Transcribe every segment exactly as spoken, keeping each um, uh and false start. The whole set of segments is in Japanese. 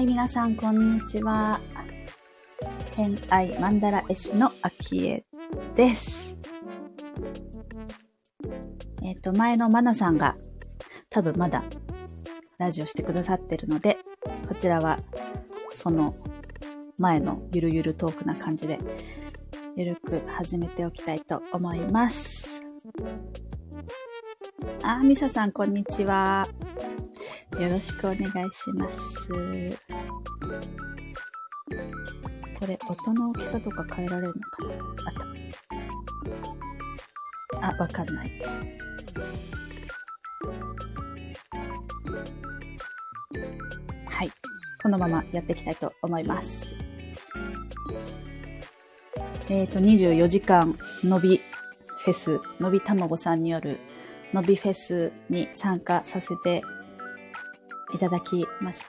い、皆さん、こんにちは。偏愛マンダラ絵師のあきえです。えっと、前のマナさんが多分まだラジオしてくださってるので、こちらはその前のゆるゆるトークな感じでゆるく始めておきたいと思います。あ、ミサさん、こんにちは。よろしくお願いします。これ、音の大きさとか変えられるのかな？あった。あ、わかんない。はい。このままやっていきたいと思います。えっと、にじゅうよじかんのびフェス、のびたまごさんによるのびフェスに参加させていただきました。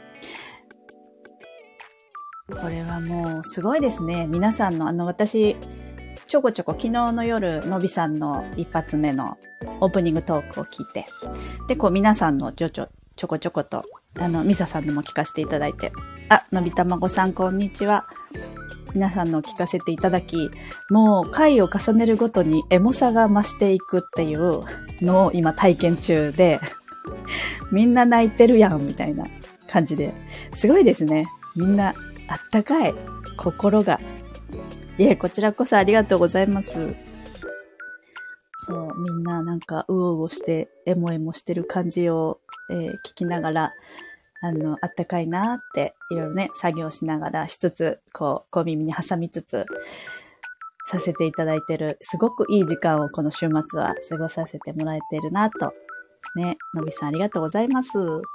これはもうすごいですね。皆さんの、あの、私、ちょこちょこ昨日の夜、のびさんの一発目のオープニングトークを聞いて、で、こう皆さんのちょちょ、ちょこちょこと、あの、ミサさんのも聞かせていただいて、あ、のびたまごさん、こんにちは。皆さんの聞かせていただき、もう回を重ねるごとにエモさが増していくっていうのを今体験中で、みんな泣いてるやんみたいな感じで、すごいですね。みんなあったかい心が。いえ、こちらこそありがとうございます。そう、みんななんかうおうおしてエモエモしてる感じを、えー、聞きながら、あの、あったかいなーって、いろいろね、作業しながらしつつ、こう、小耳に挟みつつ、させていただいてる、すごくいい時間をこの週末は過ごさせてもらえているなと。ね、のびさんありがとうございます。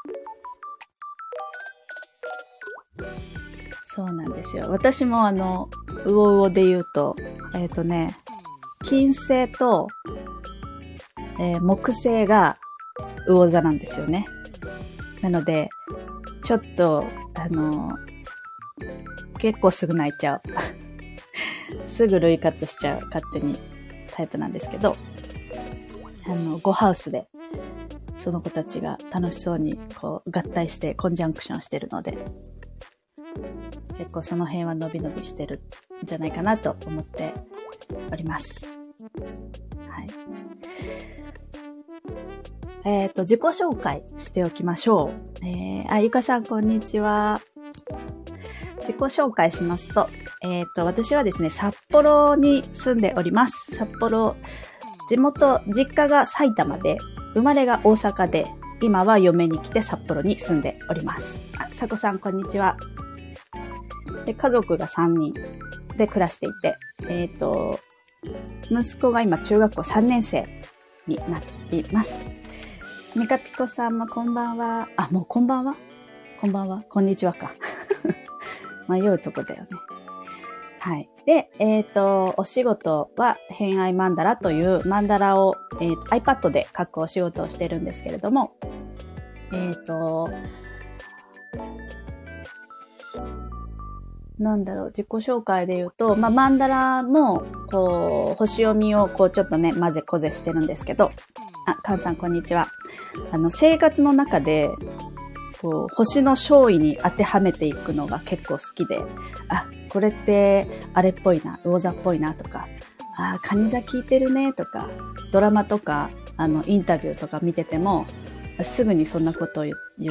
そうなんですよ。私もあの、うおうおで言うと、えっとね、金星と、えー、木星が魚座なんですよね。なので、ちょっと、あの、結構すぐ泣いちゃう。すぐ類活しちゃう、勝手にタイプなんですけど、あの、ゴハウスで、その子たちが楽しそうに、こう、合体してコンジャンクションしてるので、結構その辺は伸び伸びしてるんじゃないかなと思っております。はい。えっと、自己紹介しておきましょう。えー、あ、ゆかさん、こんにちは。自己紹介しますと、えっと、私はですね、札幌に住んでおります。札幌、地元、実家が埼玉で、生まれが大阪で、今は嫁に来て札幌に住んでおります。あ、さこさん、こんにちは。で、家族がさんにんで暮らしていて、えっと、息子が今中学校さんねん生になっています。みかぴこさんもこんばんは。あ、もうこんばんはこんばんはこんにちはか。迷うとこだよね。はい。で、えっと、お仕事は、偏愛マンダラというマンダラを、えー、iPad で書くお仕事をしてるんですけれども、えっと、なんだろう、自己紹介で言うと、まあ、マンダラの、こう、星読みを、こう、ちょっとね、混ぜこぜしてるんですけど、あ、カンさん、こんにちは。あの、生活の中で、こう、星の勝意に当てはめていくのが結構好きで、あ、これって、あれっぽいな、魚座っぽいなとか、あ、カニ座効いてるねとか、ドラマとか、あの、インタビューとか見てても、すぐにそんなことを言って、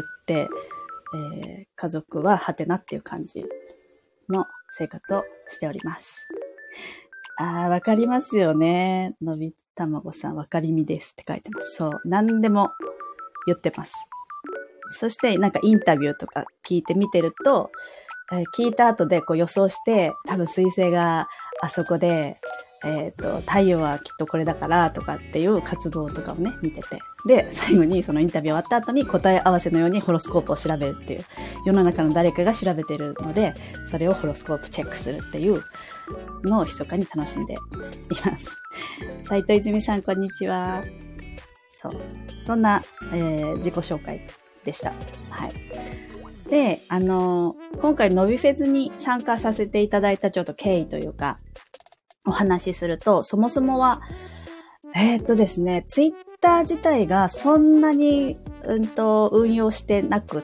えー、家族はハテナっていう感じの生活をしております。あー、わかりますよね。のびたまごさん、わかりみですって書いてます。そう。何でも言ってます。そして、なんかインタビューとか聞いてみてると、えー、聞いた後でこう予想して、多分水星があそこで、えっと、太陽はきっとこれだからとかっていう活動とかをね、見てて。で、最後にそのインタビュー終わった後に答え合わせのようにホロスコープを調べるっていう、世の中の誰かが調べてるので、それをホロスコープチェックするっていうのを密かに楽しんでいます。斉藤泉さん、こんにちは。そう。そんな、えー、自己紹介でした。はい。で、あのー、今回のびフェスに参加させていただいたちょっと経緯というか、お話しすると、そもそもは、えーっとですね、ツイッター自体がそんなにうんと、運用してなくって、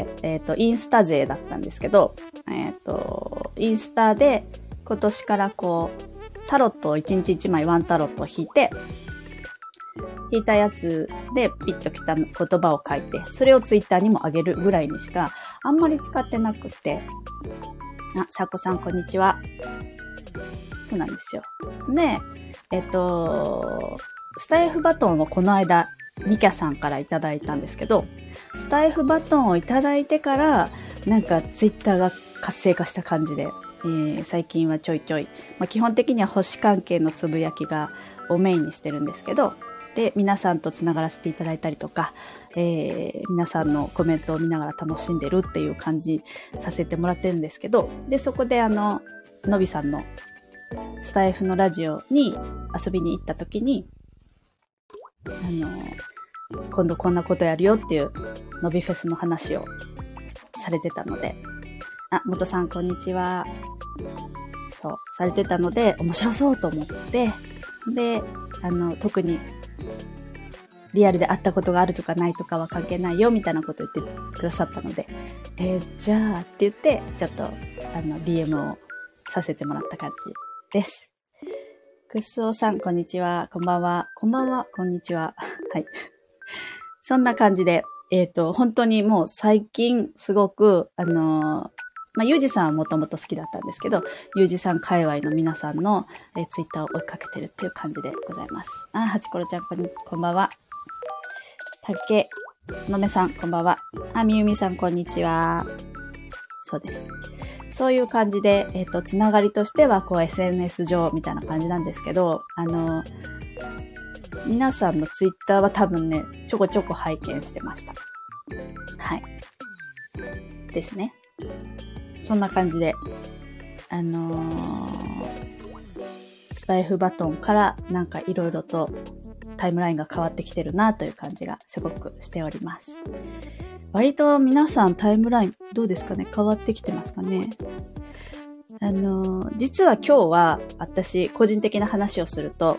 えっと、インスタ勢だったんですけど、えっと、インスタで今年からこう、タロットをいちにちいちまいワンタロットを引いて、引いたやつでピッときた言葉を書いて、それをツイッターにも上げるぐらいにしかあんまり使ってなくて。あ、さこさんこんにちは。そうなんですよ。で、えっと、スタイフバトンをこの間、ミキャさんからいただいたんですけど、スタイフバトンをいただいてから、なんかツイッターが活性化した感じで、えー、最近はちょいちょい、まあ、基本的には星関係のつぶやきがをメインにしてるんですけど、で、皆さんとつながらせていただいたりとか、えー、皆さんのコメントを見ながら楽しんでるっていう感じさせてもらってるんですけど、で、そこであの、のびさんのスタイフのラジオに遊びに行った時に、あの、今度こんなことやるよっていうのびフェスの話をされてたので、あ、元さんこんにちは。そう、されてたので面白そうと思って、で、あの、特にリアルで会ったことがあるとかないとかは関係ないよみたいなことを言ってくださったので、えー、じゃあって言って、ちょっと、あの、ディーエム をさせてもらった感じです。くっそーさん、こんにちは。こんばんは。こんばんは。こんにちは。はい。そんな感じで、えっと、本当にもう最近すごく、あのー、まあ、ゆうじさんはもともと好きだったんですけど、ゆうじさん界隈の皆さんの、えー、ツイッターを追いかけてるっていう感じでございます。あ、はちころちゃん、こん、こんばんは。たけのめさん、こんばんは。あ、みゆみさん、こんにちは。そうです。そういう感じで、えっと、つながりとしては、こう、エスエヌエス 上みたいな感じなんですけど、あの、皆さんのツイッターは多分ね、ちょこちょこ拝見してました。はい。ですね。そんな感じで、あのー、スタイフバトンからなんかいろいろとタイムラインが変わってきてるなという感じがすごくしております。割と皆さんタイムラインどうですかね？変わってきてますかね？あのー、実は今日は私個人的な話をすると、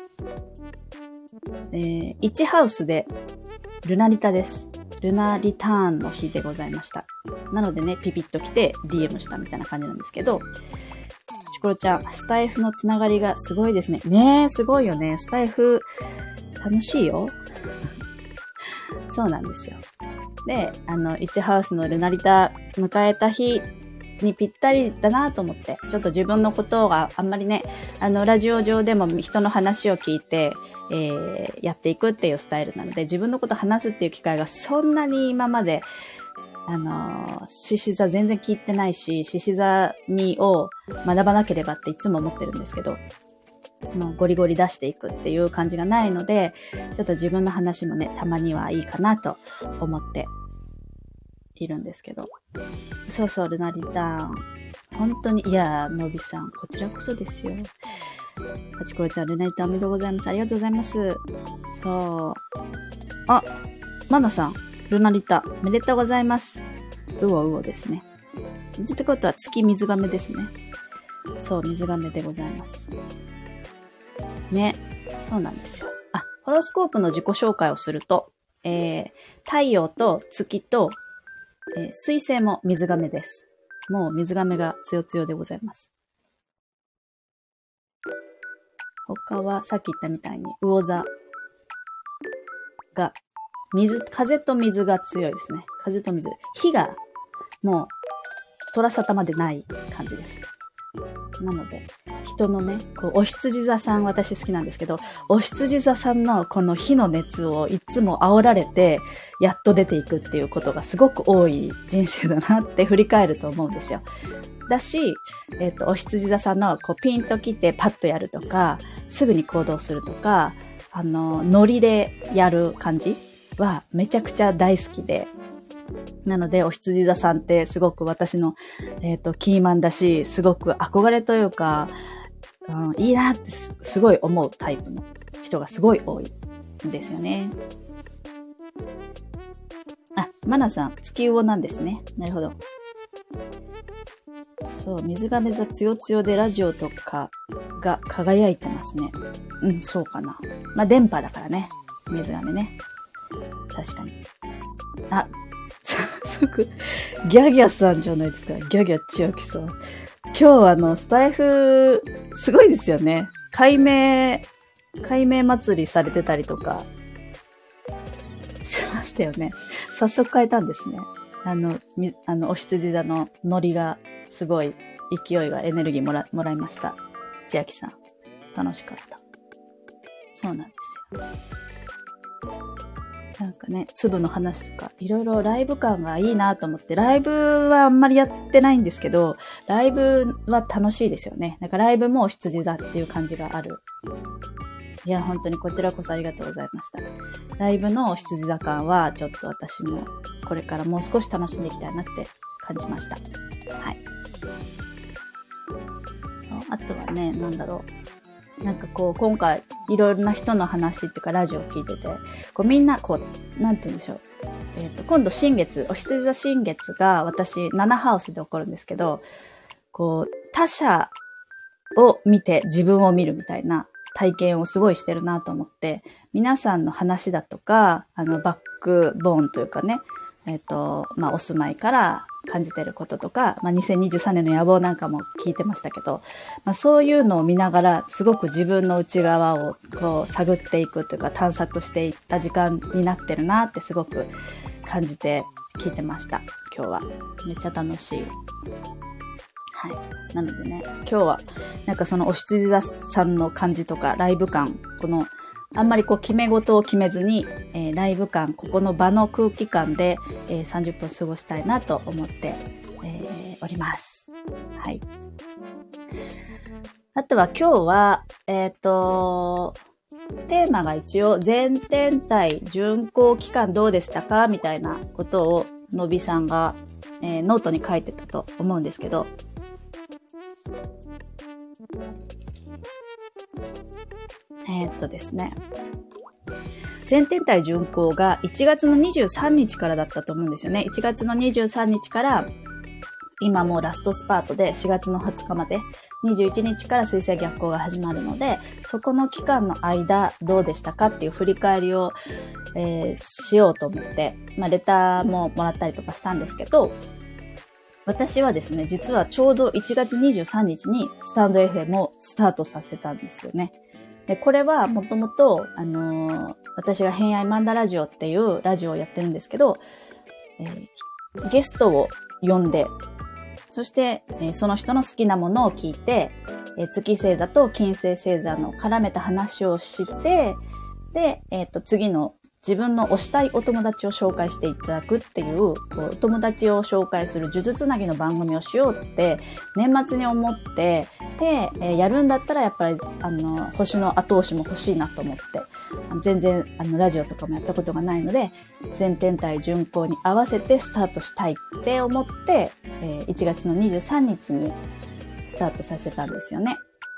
えー、いちハウスでルナリタです。ルナリターンの日でございました。なのでね、ピピッと来て ディーエム したみたいな感じなんですけど、ちころちゃん、スタイフのつながりがすごいですね。ねえ、すごいよね。スタイフ楽しいよ。そうなんですよ。で、あの、いちハウスのルナリタ迎えた日にぴったりだなと思って、ちょっと自分のことがあんまりね、あの、ラジオ上でも人の話を聞いて、えー、やっていくっていうスタイルなので、自分のこと話すっていう機会がそんなに今まで、あの、獅子座全然聞いてないし、獅子座味を学ばなければっていつも思ってるんですけど、もうゴリゴリ出していくっていう感じがないので、ちょっと自分の話もね、たまにはいいかなと思っているんですけど。そうそう、ルナリターン。本当に、いや、のびさん、こちらこそですよ。はちころちゃん、ルナリターンおめでとうございます。ありがとうございます。そう。あ、マナさん、ルナリタ、おめでとうございます。うおうおですね。ってことは月水亀ですね。そう、水亀でございます。ね、そうなんですよ。あ、ホロスコープの自己紹介をすると、えー、太陽と月と、えー、水星も水亀です。もう水亀が強強でございます。他はさっき言ったみたいに魚座が水、風と水が強いですね。風と水。火がもう虎沙汰までない感じです。なので、人のね、こう、お羊座さん私好きなんですけど、お羊座さんのこの火の熱をいつも煽られて、やっと出ていくっていうことがすごく多い人生だなって振り返ると思うんですよ。だし、えっと、お羊座さんのこうピンと来てパッとやるとか、すぐに行動するとか、あの、ノリでやる感じはめちゃくちゃ大好きで、なので、お羊座さんってすごく私の、えっと、キーマンだし、すごく憧れというか、うん、いいなってす、すごい思うタイプの人がすごい多いんですよね。あ、マナさん、月魚なんですね。なるほど。そう、水亀座つよつよでラジオとかが輝いてますね。うん、そうかな。まあ、電波だからね。水亀ね。 確かに。あ、早速、ギャギャさんじゃないですか。ギャギャ千秋さん。今日あの、スタイフ、すごいですよね。解明、解明祭りされてたりとか、しましたよね。早速変えたんですね。あの、み、あの、お羊座のノリが、すごい、勢いが、エネルギーもら、もらいました。千秋さん。楽しかった。そうなんですよ。なんかね、粒の話とか、いろいろライブ感がいいなと思って、ライブはあんまりやってないんですけど、ライブは楽しいですよね。なんかライブもお羊座っていう感じがある。いや、本当にこちらこそありがとうございました。ライブのお羊座感は、ちょっと私もこれからもう少し楽しんでいきたいなって感じました。はい。そう、あとはね、なんだろう。なんかこう、今回、いろいろな人の話っていうか、ラジオを聞いてて、こうみんな、こう、なんて言うんでしょう。えっと、今度新月、お羊座新月が私、ななハウスで起こるんですけど、こう、他者を見て自分を見るみたいな体験をすごいしてるなと思って、皆さんの話だとか、あの、バックボーンというかね、えっと、まあ、お住まいから感じてることとか、まあ、にせんにじゅうさんねんの野望なんかも聞いてましたけど、まあ、そういうのを見ながら、すごく自分の内側をこう探っていくというか、探索していった時間になってるなってすごく感じて聞いてました。今日は。めっちゃ楽しい。はい。なのでね、今日は、なんかそのお羊座さんの感じとか、ライブ感、この、あんまりこう決め事を決めずに、えー、ライブ感、ここの場の空気感で、えー、さんじゅっぷん過ごしたいなと思って、えー、おります。はい。あとは今日は、えっと、テーマが一応、全天体巡行期間どうでしたかみたいなことを、のびさんが、えー、ノートに書いてたと思うんですけど、えー、っとですね。全天体巡行がいちがつのにじゅうさんにちからだったと思うんですよね。いちがつのにじゅうさんにちから、今もうラストスパートでしがつのはつかまで、にじゅういちにちから水星逆行が始まるので、そこの期間の間どうでしたかっていう振り返りを、えー、しようと思って、まあレターももらったりとかしたんですけど、私はですね、実はちょうどいちがつにじゅうさんにちにスタンド エフエム をスタートさせたんですよね。でこれはもともと、あのー、私が偏愛マンダラジオっていうラジオをやってるんですけど、えー、ゲストを呼んで、そして、えー、その人の好きなものを聞いて、えー、月星座と金星星座の絡めた話をして、で、えっと、次の自分の推したいお友達を紹介していただくっていう、こう、お友達を紹介する呪術つなぎの番組をしようって、年末に思って、で、えー、やるんだったらやっぱり、あの、星の後押しも欲しいなと思って、あの全然、あの、ラジオとかもやったことがないので、全天体巡行に合わせてスタートしたいって思って、えー、いちがつのにじゅうさんにちにスタートさせたんですよね。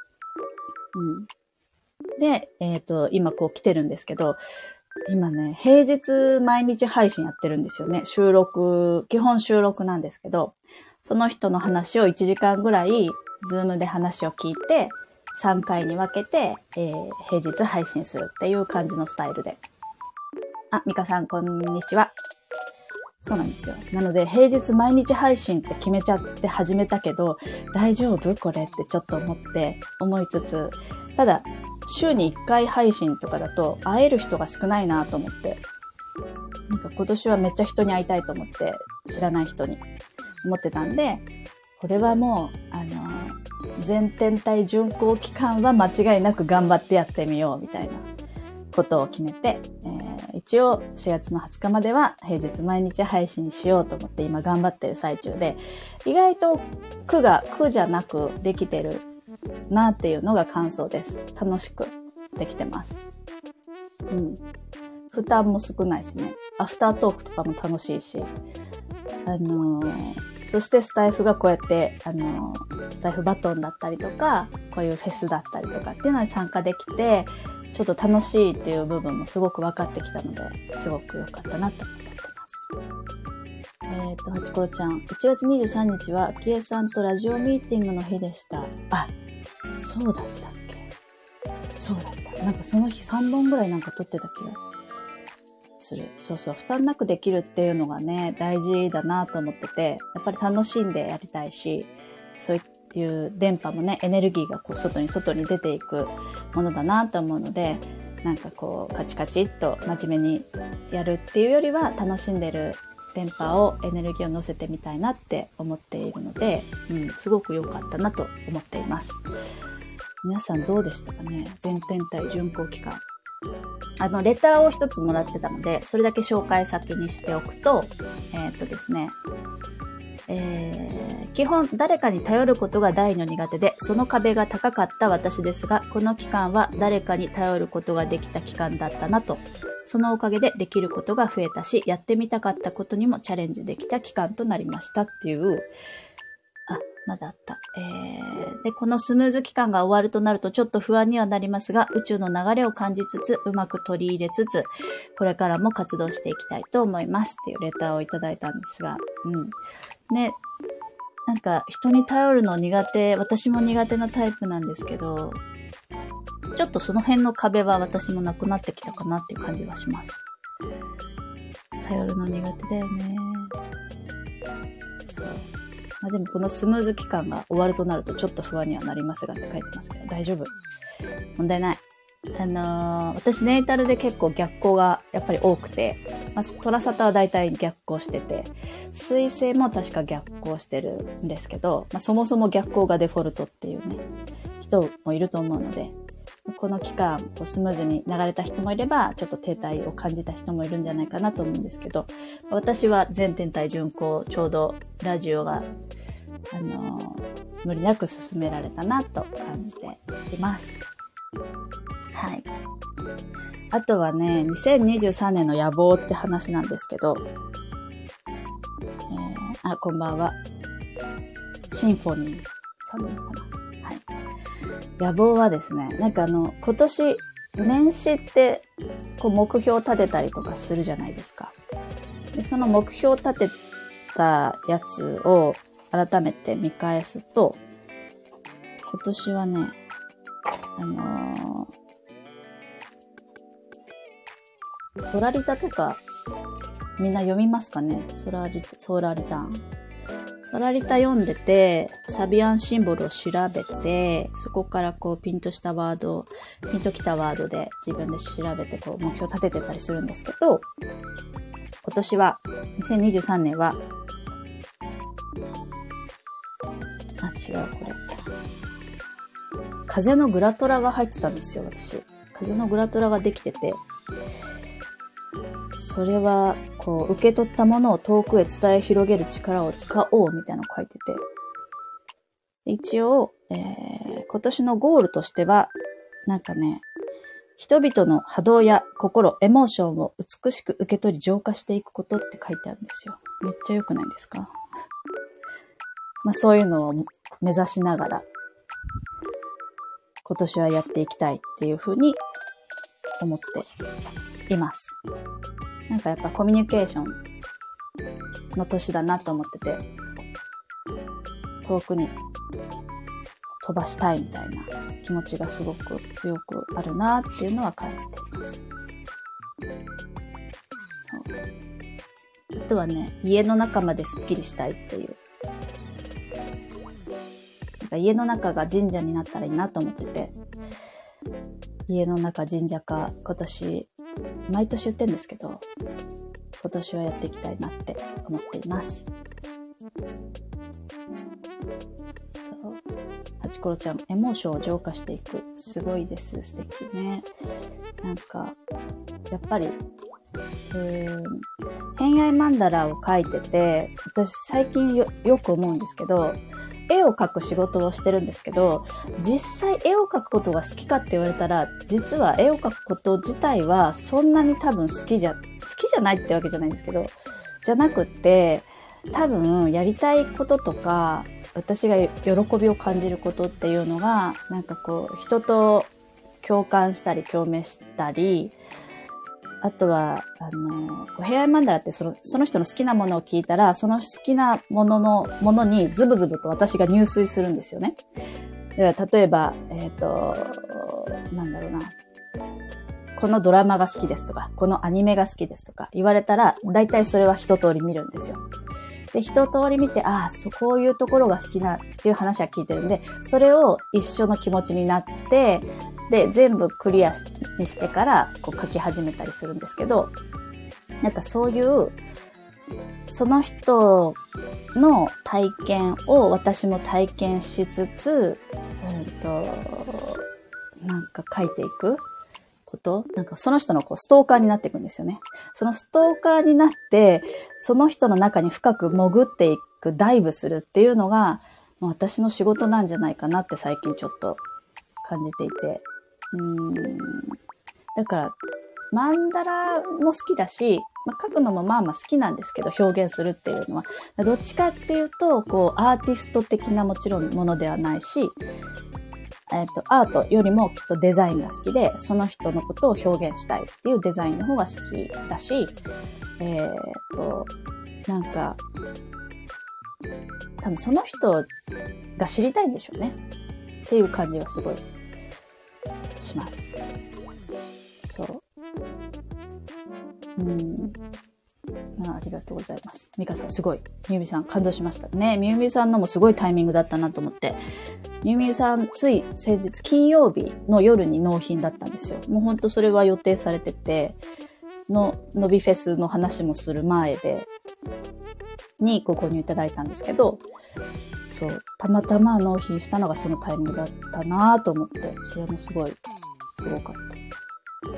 うん。で、えっと、今こう来てるんですけど、今ね、平日毎日配信やってるんですよね。収録、基本収録なんですけど、その人の話をいちじかんぐらい、ズームで話を聞いて、さんかいに分けて、えー、平日配信するっていう感じのスタイルで。あ、ミカさん、こんにちは。そうなんですよ。なので、平日毎日配信って決めちゃって始めたけど、大丈夫これってちょっと思って、思いつつ、ただ、週にいっかい配信とかだと会える人が少ないなと思って、なんか今年はめっちゃ人に会いたいと思って、知らない人に思ってたんで、これはもう、あのー、全天体巡行期間は間違いなく頑張ってやってみようみたいなことを決めて、えー、一応しがつのはつかまでは平日毎日配信しようと思って今頑張ってる最中で、意外と苦が苦じゃなくできてるなっていうのが感想です。楽しくできてます。うん。負担も少ないしね。アフタートークとかも楽しいし。あのー、そしてスタイフがこうやって、あのー、スタイフバトンだったりとか、こういうフェスだったりとかっていうのに参加できて、ちょっと楽しいっていう部分もすごく分かってきたので、すごく良かったなと思ってます。えっと、はちころちゃん。いちがつにじゅうさんにちは、きえさんとラジオミーティングの日でした。あ、そうだったっけそうだった。なんかその日さんぼんぐらいなんか撮ってた気がする。そうそう、負担なくできるっていうのがね、大事だなと思ってて、やっぱり楽しんでやりたいし、そういう電波もね、エネルギーがこう外に外に出ていくものだなと思うので、なんかこうカチカチっと真面目にやるっていうよりは、楽しんでる電波をエネルギーを乗せてみたいなって思っているので、うん、すごく良かったなと思っています。皆さんどうでしたかね？全天体巡行期間。あの、レターを一つもらってたので、それだけ紹介先にしておくと、えー、っとですね、えー、基本誰かに頼ることが大の苦手で、その壁が高かった私ですが、この期間は誰かに頼ることができた期間だったなと。そのおかげでできることが増えたし、やってみたかったことにもチャレンジできた期間となりましたっていう、あ、まだあった。えー、で、このスムーズ期間が終わるとなるとちょっと不安にはなりますが、宇宙の流れを感じつつ、うまく取り入れつつ、これからも活動していきたいと思いますっていうレターをいただいたんですが、うん。ね、なんか人に頼るの苦手、私も苦手なタイプなんですけど、ちょっとその辺の壁は私もなくなってきたかなっていう感じはします。頼るの苦手だよね。そう。まあ、でもこのスムーズ期間が終わるとなるとちょっと不安にはなりますがって書いてますけど、大丈夫。問題ない。あのー、私ネイタルで結構逆行がやっぱり多くて、まあ、トラサタは大体逆行してて、水星も確か逆行してるんですけど、まあ、そもそも逆行がデフォルトっていうね、人もいると思うので、この期間こうスムーズに流れた人もいれば、ちょっと停滞を感じた人もいるんじゃないかなと思うんですけど、私は全天体巡行、ちょうどラジオが、あのー、無理なく進められたなと感じています。はい。あとはね、にせんにじゅうさんねんの野望って話なんですけど、えー、あ、こんばんは。シンフォニーさんでいいかな。はい。野望はですね、なんかあの、今年、年始って、こう目標を立てたりとかするじゃないですか。で、その目標を立てたやつを改めて見返すと、今年はね、あのー、ソラリタとか、みんな読みますかね？ソラリタ、ソラリタン。ソラリタ読んでて、サビアンシンボルを調べて、そこからこうピンとしたワード、ピンときたワードで自分で調べてこう目標立ててたりするんですけど、今年は、にせんにじゅうさんねんは、あ、違う、これ。風のグラトラが入ってたんですよ、私。風のグラトラができてて、それは、こう、受け取ったものを遠くへ伝え広げる力を使おうみたいなのを書いてて。一応、えー、今年のゴールとしては、なんかね、人々の波動や心、エモーションを美しく受け取り浄化していくことって書いてあるんですよ。めっちゃ良くないですか？まあそういうのを目指しながら、今年はやっていきたいっていうふうに思っています。なんかやっぱコミュニケーションの年だなと思ってて、遠くに飛ばしたいみたいな気持ちがすごく強くあるなっていうのは感じています。そう。あとはね、家の中までスッキリしたいっていう。なんか家の中が神社になったらいいなと思ってて、家の中神社化今年毎年言ってんですけど、今年はやっていきたいなって思っています。そう。はちころちゃん、エモーションを浄化していく。すごいです。素敵ね。なんか、やっぱり、うーん、偏愛マンダラを描いてて、私最近 よ, よく思うんですけど、絵を描く仕事をしてるんですけど、実際絵を描くことが好きかって言われたら、実は絵を描くこと自体はそんなに多分好きじゃ、好きじゃないってわけじゃないんですけど、じゃなくって、多分やりたいこととか、私が喜びを感じることっていうのが、なんかこう、人と共感したり共鳴したり、あとは、あの、ヘアマンダラってその、その人の好きなものを聞いたら、その好きなものの、ものにズブズブと私が入水するんですよね。だから例えば、えっと、なんだろうな。 このドラマが好きですとか、このアニメが好きですとか言われたら、だいたいそれは一通り見るんですよ。で、一通り見て、ああ、そう、こういうところが好きなっていう話は聞いてるんで、それを一緒の気持ちになって、で、全部クリアにしてから、こう書き始めたりするんですけど、なんかそういう、その人の体験を私も体験しつつ、うんと、なんか書いていくこと、なんかその人のこうストーカーになっていくんですよね。そのストーカーになって、その人の中に深く潜っていく、ダイブするっていうのが、もう私の仕事なんじゃないかなって最近ちょっと感じていて。うーん。だから、マンダラも好きだし、まあ、書くのもまあまあ好きなんですけど、表現するっていうのは。どっちかっていうと、こう、アーティスト的なもちろんものではないし、えっと、アートよりもきっとデザインが好きで、その人のことを表現したいっていうデザインの方が好きだし、えっと、なんか、多分その人が知りたいんでしょうね。っていう感じがすごいします。そう。うん。あ, ありがとうございます。ミカさん、すごい。みゆみさん、感動しましたね。みゆみさんのもすごいタイミングだったなと思って。みゆみゆさん、つい先日、金曜日の夜に納品だったんですよ。もうほんとそれは予定されてて、の、のびフェスの話もする前で、にご購入いただいたんですけど、そう、たまたま納品したのがそのタイミングだったなと思って、それもすごい、すごかった。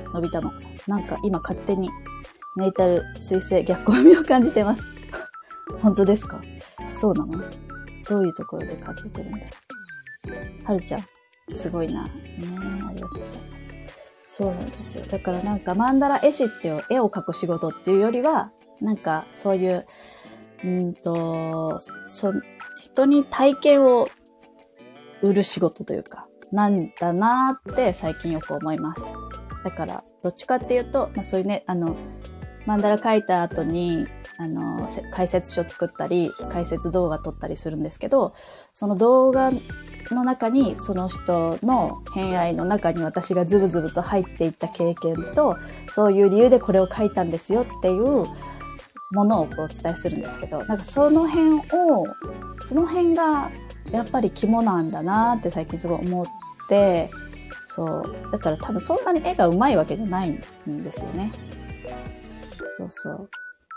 のびたまこさん、なんか今勝手に、ネイタル水星逆光味を感じてます。本当ですか？そうなの？どういうところで感じてるんだろう。はるちゃん、すごいな。ねえ、ありがとうございます。そうなんですよ。だからなんかマンダラ絵師っていう絵を描く仕事っていうよりは、なんかそういう、うんと、そ、人に体験を売る仕事というか、なんだなーって最近よく思います。だから、どっちかっていうと、まあそういうね、あの、マンダラ描いた後に、あの、解説書作ったり、解説動画撮ったりするんですけど、その動画の中に、その人の偏愛の中に私がズブズブと入っていった経験と、そういう理由でこれを書いたんですよっていうものをこうお伝えするんですけど、なんかその辺を、その辺がやっぱり肝なんだなって最近すごい思って、そう。だから多分そんなに絵が上手いわけじゃないんですよね。そうそう。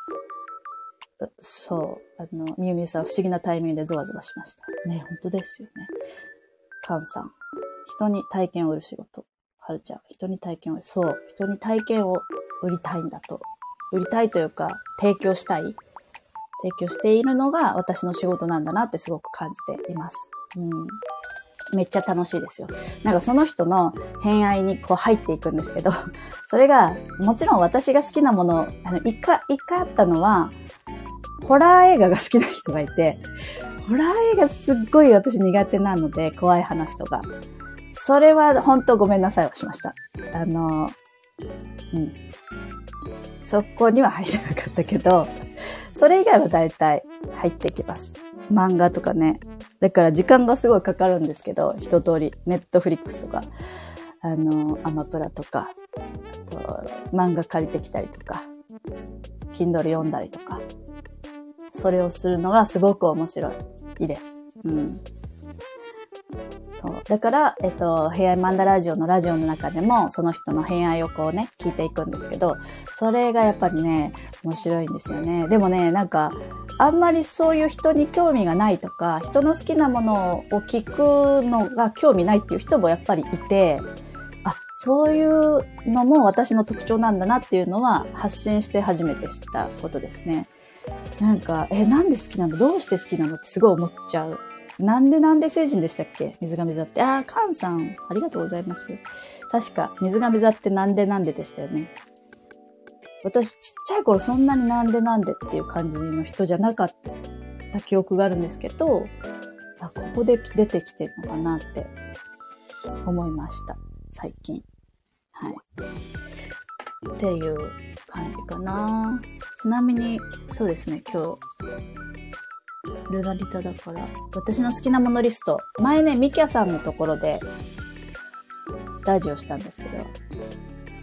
そう。あの、みゆみゆさん不思議なタイミングでゾワゾワしました。ね、本当ですよね。カンさん。人に体験を売る仕事。はるちゃん。人に体験を売る。そう。人に体験を売りたいんだと。売りたいというか、提供したい。提供しているのが私の仕事なんだなってすごく感じています。うん。めっちゃ楽しいですよ。なんかその人の偏愛にこう入っていくんですけど、それがもちろん私が好きなもの、あの、一回、一回あったのは、ホラー映画が好きな人がいて、ホラー映画すっごい私苦手なので、怖い話とか。それは本当ごめんなさいをしました。あの、うん。そこには入らなかったけど、それ以外は大体入ってきます。漫画とかね。だから時間がすごいかかるんですけど、一通り、ネットフリックスとか、あの、アマプラとか、あと、漫画借りてきたりとか、Kindle 読んだりとか、それをするのがすごく面白いです。うん。そう。だから、えっと、偏愛マンダラジオのラジオの中でも、その人の偏愛をこうね、聞いていくんですけど、それがやっぱりね、面白いんですよね。でもね、なんか、あんまりそういう人に興味がないとか、人の好きなものを聞くのが興味ないっていう人もやっぱりいて、あ、そういうのも私の特徴なんだなっていうのは発信して初めて知ったことですね。なんか、え、なんで好きなの？どうして好きなの？ってすごい思っちゃう。なんでなんで星人でしたっけ？水亀座って。あー、カンさん、ありがとうございます。確か、水亀座ってなんでなんででしたよね。私、ちっちゃい頃そんなになんでなんでっていう感じの人じゃなかった記憶があるんですけど、あ、ここで出てきてるのかなって思いました。最近。はい。っていう感じかな。ちなみに、そうですね、今日、ルナリタだから、私の好きなものリスト。前ね、ミキャさんのところで、ラジオしたんですけど、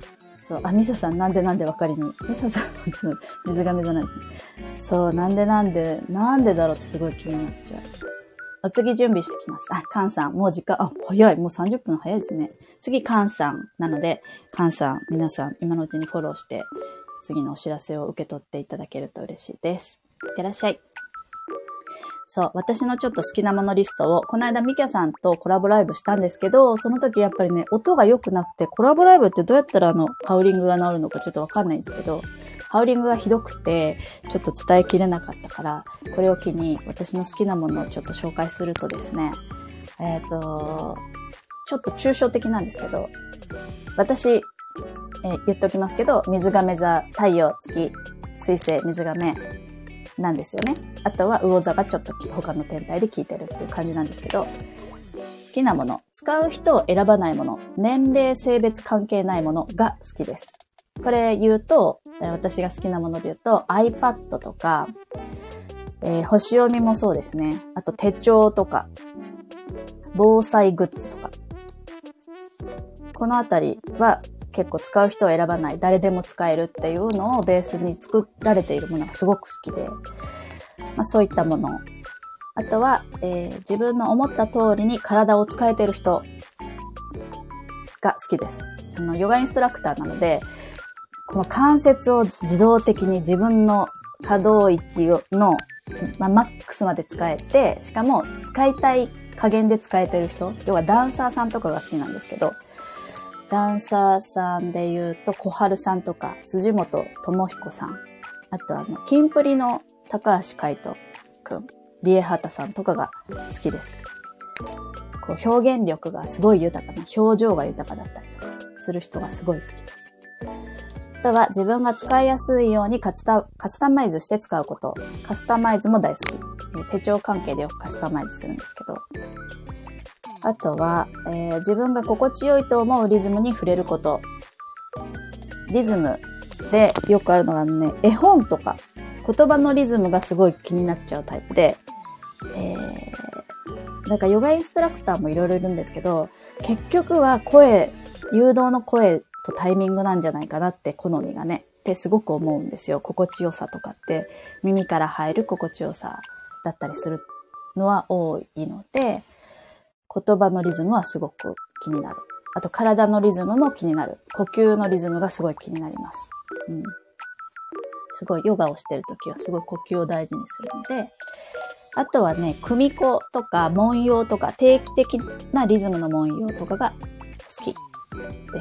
そう。あ、ミサさんなんでなんでわかりに。ミサさん、ちょっと水亀じゃない。そう、なんでなんで、なんでだろうってすごい気になっちゃう。お次準備してきます。あ、カンさん、もう時間、あ、早い。もうさんじゅっぷん早いですね。次、カンさんなので、カンさん、皆さん、今のうちにフォローして、次のお知らせを受け取っていただけると嬉しいです。いってらっしゃい。そう、私のちょっと好きなものリストを、この間ミキャさんとコラボライブしたんですけど、その時やっぱりね、音が良くなくて、コラボライブってどうやったらあの、ハウリングが治るのかちょっとわかんないんですけど、ハウリングがひどくて、ちょっと伝えきれなかったから、これを機に私の好きなものをちょっと紹介するとですね、えっと、ちょっと抽象的なんですけど、私、えー、言っておきますけど、水亀座、太陽、月、水星、水亀、なんですよね。あとは魚座がちょっと他の天体で効いてるっていう感じなんですけど、好きなもの、使う人を選ばないもの、年齢、性別関係ないものが好きです。これ言うと、私が好きなもので言うと iPad とか、えー、星読みもそうですね。あと手帳とか、防災グッズとか。このあたりは結構使う人を選ばない、誰でも使えるっていうのをベースに作られているものがすごく好きで、まあ、そういったもの。あとは、えー、自分の思った通りに体を使えている人が好きです。あの、ヨガインストラクターなので、この関節を自動的に自分の可動域の、まあ、マックスまで使えて、しかも使いたい加減で使えてる人、要はダンサーさんとかが好きなんですけど、ダンサーさんで言うと、小春さんとか、辻本智彦さん。あとあの、キンプリの高橋海人くん、リエハタさんとかが好きです。こう表現力がすごい豊かな、表情が豊かだったりとかする人がすごい好きです。あとは自分が使いやすいようにカスタ、カスタマイズして使うこと。カスタマイズも大好き。手帳関係でよくカスタマイズするんですけど。あとは、えー、自分が心地よいと思うリズムに触れること。リズムでよくあるのがね、絵本とか、言葉のリズムがすごい気になっちゃうタイプで、えー、なんかヨガインストラクターもいろいろいるんですけど、結局は声、誘導の声とタイミングなんじゃないかなって好みがね、ってすごく思うんですよ。心地よさとかって、耳から入る心地よさだったりするのは多いので、言葉のリズムはすごく気になる。あと体のリズムも気になる。呼吸のリズムがすごい気になります。うん。すごいヨガをしてるときはすごい呼吸を大事にするので、あとはね、組子とか文様とか定期的なリズムの文様とかが好きです。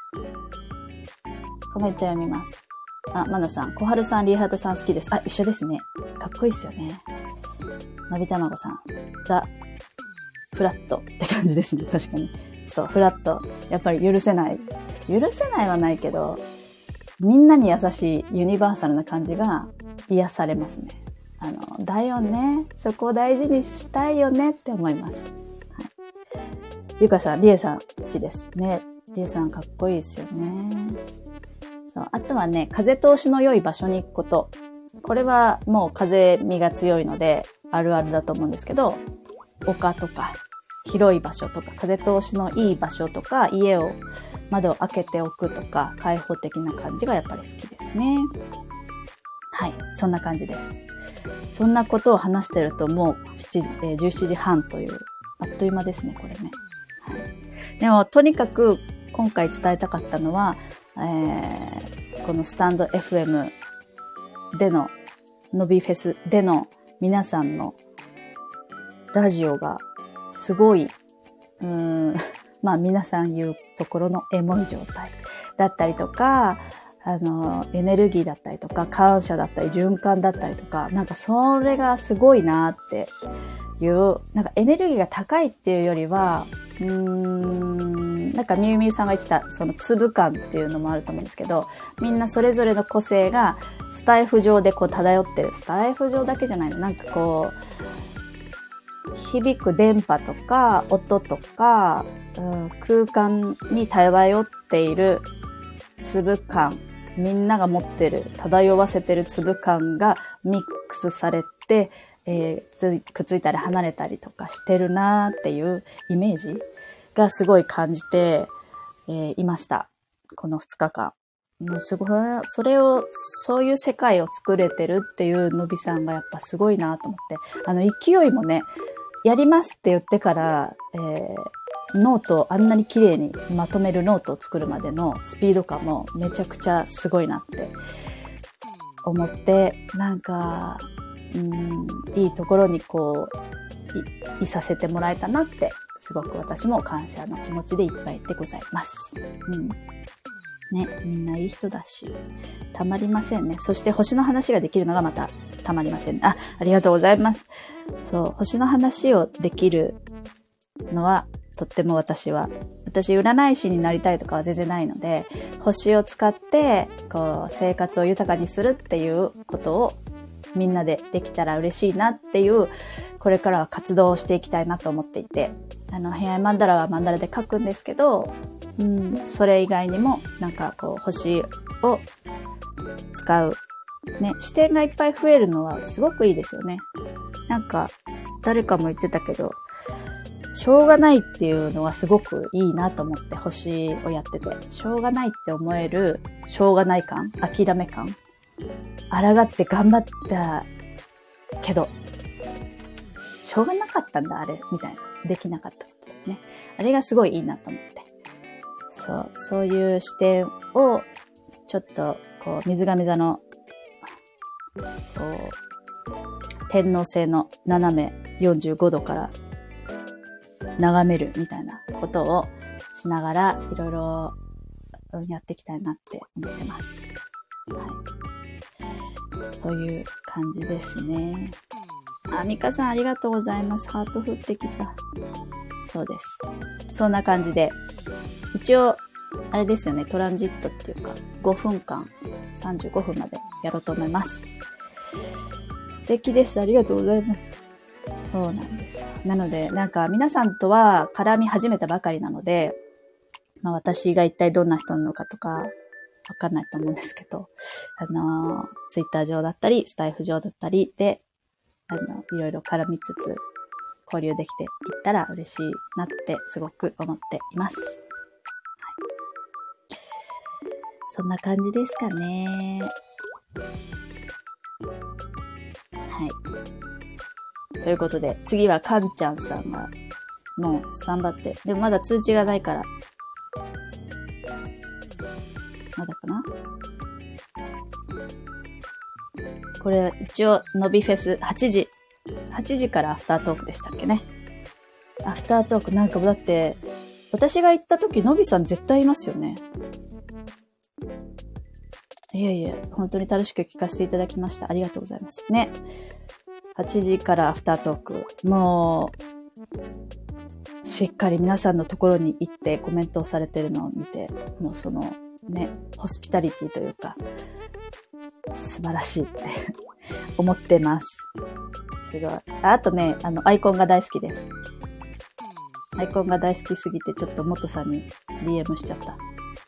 コメント読みます。あ、マナさん、小春さん、リーハートさん好きです。あ、一緒ですね。かっこいいっすよね。のびたまごさん、ザ・フラットって感じですね。確かに。そう、フラット。やっぱり許せない。許せないはないけど、みんなに優しいユニバーサルな感じが癒されますね。あの、だよね。そこを大事にしたいよねって思います。はい。ゆかさん、りえさん好きですね。りえさんかっこいいですよね。そう。あとはね、風通しの良い場所に行くこと。これはもう風味が強いのであるあるだと思うんですけど、丘とか広い場所とか風通しのいい場所とか家を窓を開けておくとか開放的な感じがやっぱり好きですね。はい、そんな感じです。そんなことを話してるともうしちじ、えー、じゅうしちじはんというあっという間ですねこれね。はい、でもとにかく今回伝えたかったのは、えー、このスタンド エフエム でのノビフェスでの皆さんのラジオがすごい、うーん、まあ皆さん言うところのエモい状態だったりとか、あの、エネルギーだったりとか、感謝だったり、循環だったりとか、なんかそれがすごいなっていう、なんかエネルギーが高いっていうよりは、うーん、なんかみゆみゆさんが言ってた、その粒感っていうのもあると思うんですけど、みんなそれぞれの個性がスタイフ上でこう漂ってる。スタイフ上だけじゃないの。なんかこう、響く電波とか音とか、うん、空間に漂っている粒感、みんなが持ってる漂わせてる粒感がミックスされて、えー、くっついたり離れたりとかしてるなーっていうイメージがすごい感じて、えー、いました。 このふつかかん。もうすごい、それを、そういう世界を作れてるっていうのびさんがやっぱすごいなと思って、あの勢いもね、やりますって言ってから、えー、ノートをあんなに綺麗にまとめるノートを作るまでのスピード感もめちゃくちゃすごいなって思って、なんか、うん、いいところにこう、い、いさせてもらえたなって、すごく私も感謝の気持ちでいっぱいでございます。うん。ね、みんないい人だし、たまりませんね。そして星の話ができるのがまたたまりませんね。あ、ありがとうございます。そう、星の話をできるのは、とっても私は、私占い師になりたいとかは全然ないので、星を使って、こう、生活を豊かにするっていうことをみんなでできたら嬉しいなっていう、これからは活動をしていきたいなと思っていて、あの、偏愛マンダラはマンダラで書くんですけど、うん、それ以外にも、なんかこう、星を使う、ね、視点がいっぱい増えるのはすごくいいですよね。なんか、誰かも言ってたけど、しょうがないっていうのはすごくいいなと思って、星をやってて。しょうがないって思える、しょうがない感、諦め感。抗って頑張ったけど、しょうがなかったんだ、あれ、みたいな。できなかったことね。あれがすごいいいなと思って。そう、そういう視点を、ちょっと、こう、水亀座の、こう、天王星の斜めよんじゅうごどから眺めるみたいなことをしながら、いろいろやっていきたいなって思ってます。はい。という感じですね。あ、ミカさんありがとうございます。ハート降ってきた。そうです。そんな感じで、一応、あれですよね、トランジットっていうか、ごふんかん、さんじゅうごふんまでやろうと思います。素敵です。ありがとうございます。そうなんですよ。なので、なんか皆さんとは絡み始めたばかりなので、まあ私が一体どんな人なのかとか、わかんないと思うんですけど、あの、ツイッター上だったり、スタイフ上だったりで、あの、いろいろ絡みつつ、交流できていったら嬉しいなってすごく思っています。はい、そんな感じですかね。はい。ということで、次はかんちゃんさんが、もうスタンバって。でもまだ通知がないから。まだかな？これ一応、のびフェスはちじ。はちじからアフタートークでしたっけね。アフタートークなんかだって、私が行った時、のびさん絶対いますよね。いやいや、本当に楽しく聞かせていただきました。ありがとうございますね。はちじからアフタートーク。もう、しっかり皆さんのところに行ってコメントをされてるのを見て、もうそのね、ホスピタリティというか、素晴らしいって思ってます。すごい。あとね、あの、アイコンが大好きです。アイコンが大好きすぎて、ちょっと元さんに ディーエム しちゃった。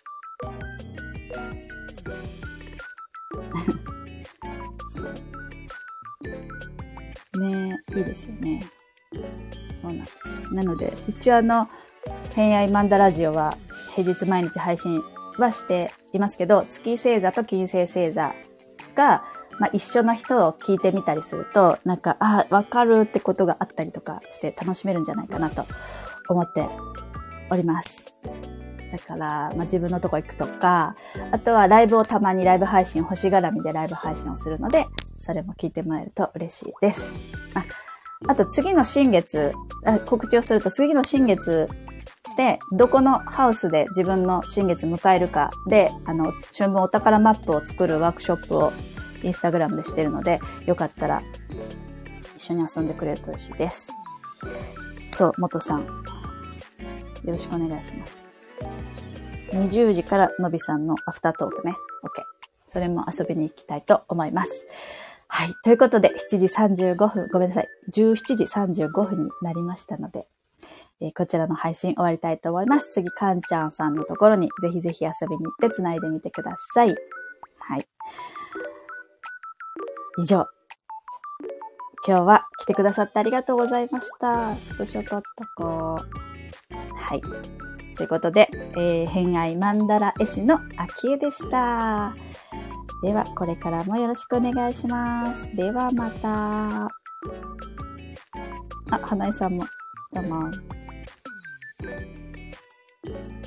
そうねえ、いいですよね。そうなんですよ。なので、一応あの、偏愛マンダラジオは平日毎日配信はしていますけど、月星座と金星星座が、まあ、一緒の人を聞いてみたりすると、なんか、あ、わかるってことがあったりとかして楽しめるんじゃないかなと思っております。だから、まあ、自分のとこ行くとか、あとはライブをたまにライブ配信、星絡みでライブ配信をするので、それも聞いてもらえると嬉しいです。あ、あと次の新月、告知をすると次の新月で、どこのハウスで自分の新月迎えるかで、あの、春分お宝マップを作るワークショップをインスタグラムでしてるので、よかったら一緒に遊んでくれると嬉しいです。そう、元さん。よろしくお願いします。にじゅうじからのびさんのアフタートークね。OK。それも遊びに行きたいと思います。はい。ということで、しちじさんじゅうごふん、ごめんなさい。じゅうしちじさんじゅうごふんになりましたので、えー、こちらの配信終わりたいと思います。次、かんちゃんさんのところにぜひぜひ遊びに行って繋いでみてください。はい。以上。今日は来てくださってありがとうございました。スクショ撮っとこう。はい。 ということで、えー、偏愛マンダラ絵師のあきえでした。では、これからもよろしくお願いします。ではまた。あ、花江さんも、どうも。